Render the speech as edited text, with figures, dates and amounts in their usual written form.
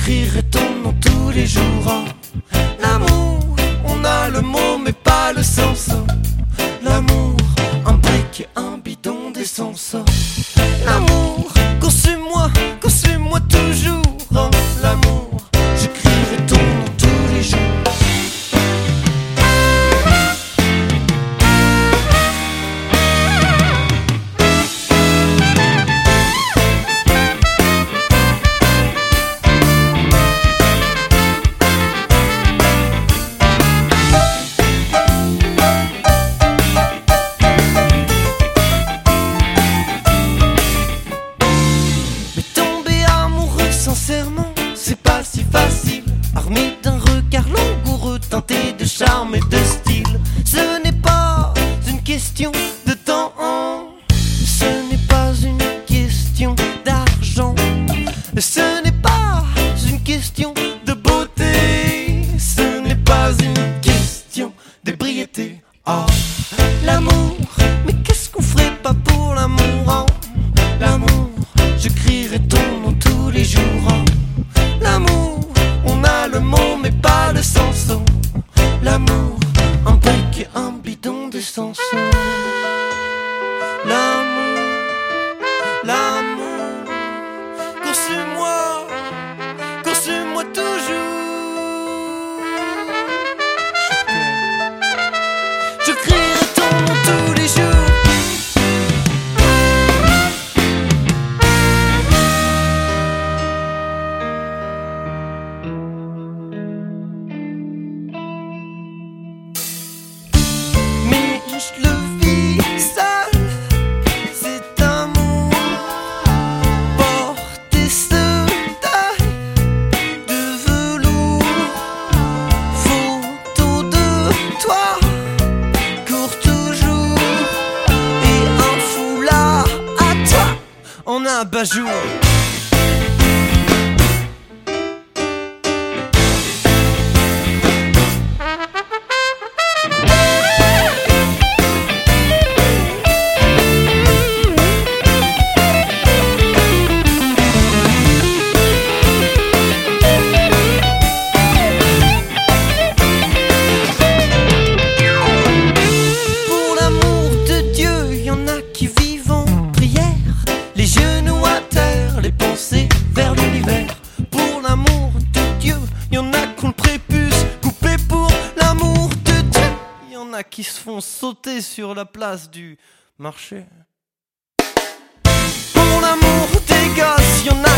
j'écrirai ton nom tous les jours. Oh, l'amour, on a le mot mais pas le sens. Oh, l'amour, un brick, un bidon d'essence. Oh, l'amour, consume-moi toujours. Oh, l'amour, j'écrirai ton nom tous les jours. C'est pas si facile, armé d'un regard langoureux teinté de charme et de style. Ce n'est pas une question de temps, ce n'est pas une question d'argent, ce n'est pas une question de beauté, ce n'est pas une question d'ébriété. Oh, l'amour, mais qu'est-ce qu'on ferait pas pour l'amour? Oh, l'amour, j'écrirai ton nom tous les jours. Oh, l'amour, on a le mot mais pas le sens. Oh, l'amour, un brick et un bidon d'essence. Oh, l'amour, l'amour, consume-moi toujours. Je crierai ton nom tous les jours. Je le vis seul, cet amour, porter ce deuil de velours, photo de toi, court toujours, et un foulard à toi, en abat-jour. Vers l'univers, pour l'amour de Dieu, y en a qu'on le prépuce coupé pour l'amour de Dieu. Y en a qui se font sauter sur la place du marché. Pour l'amour des gosses, y en a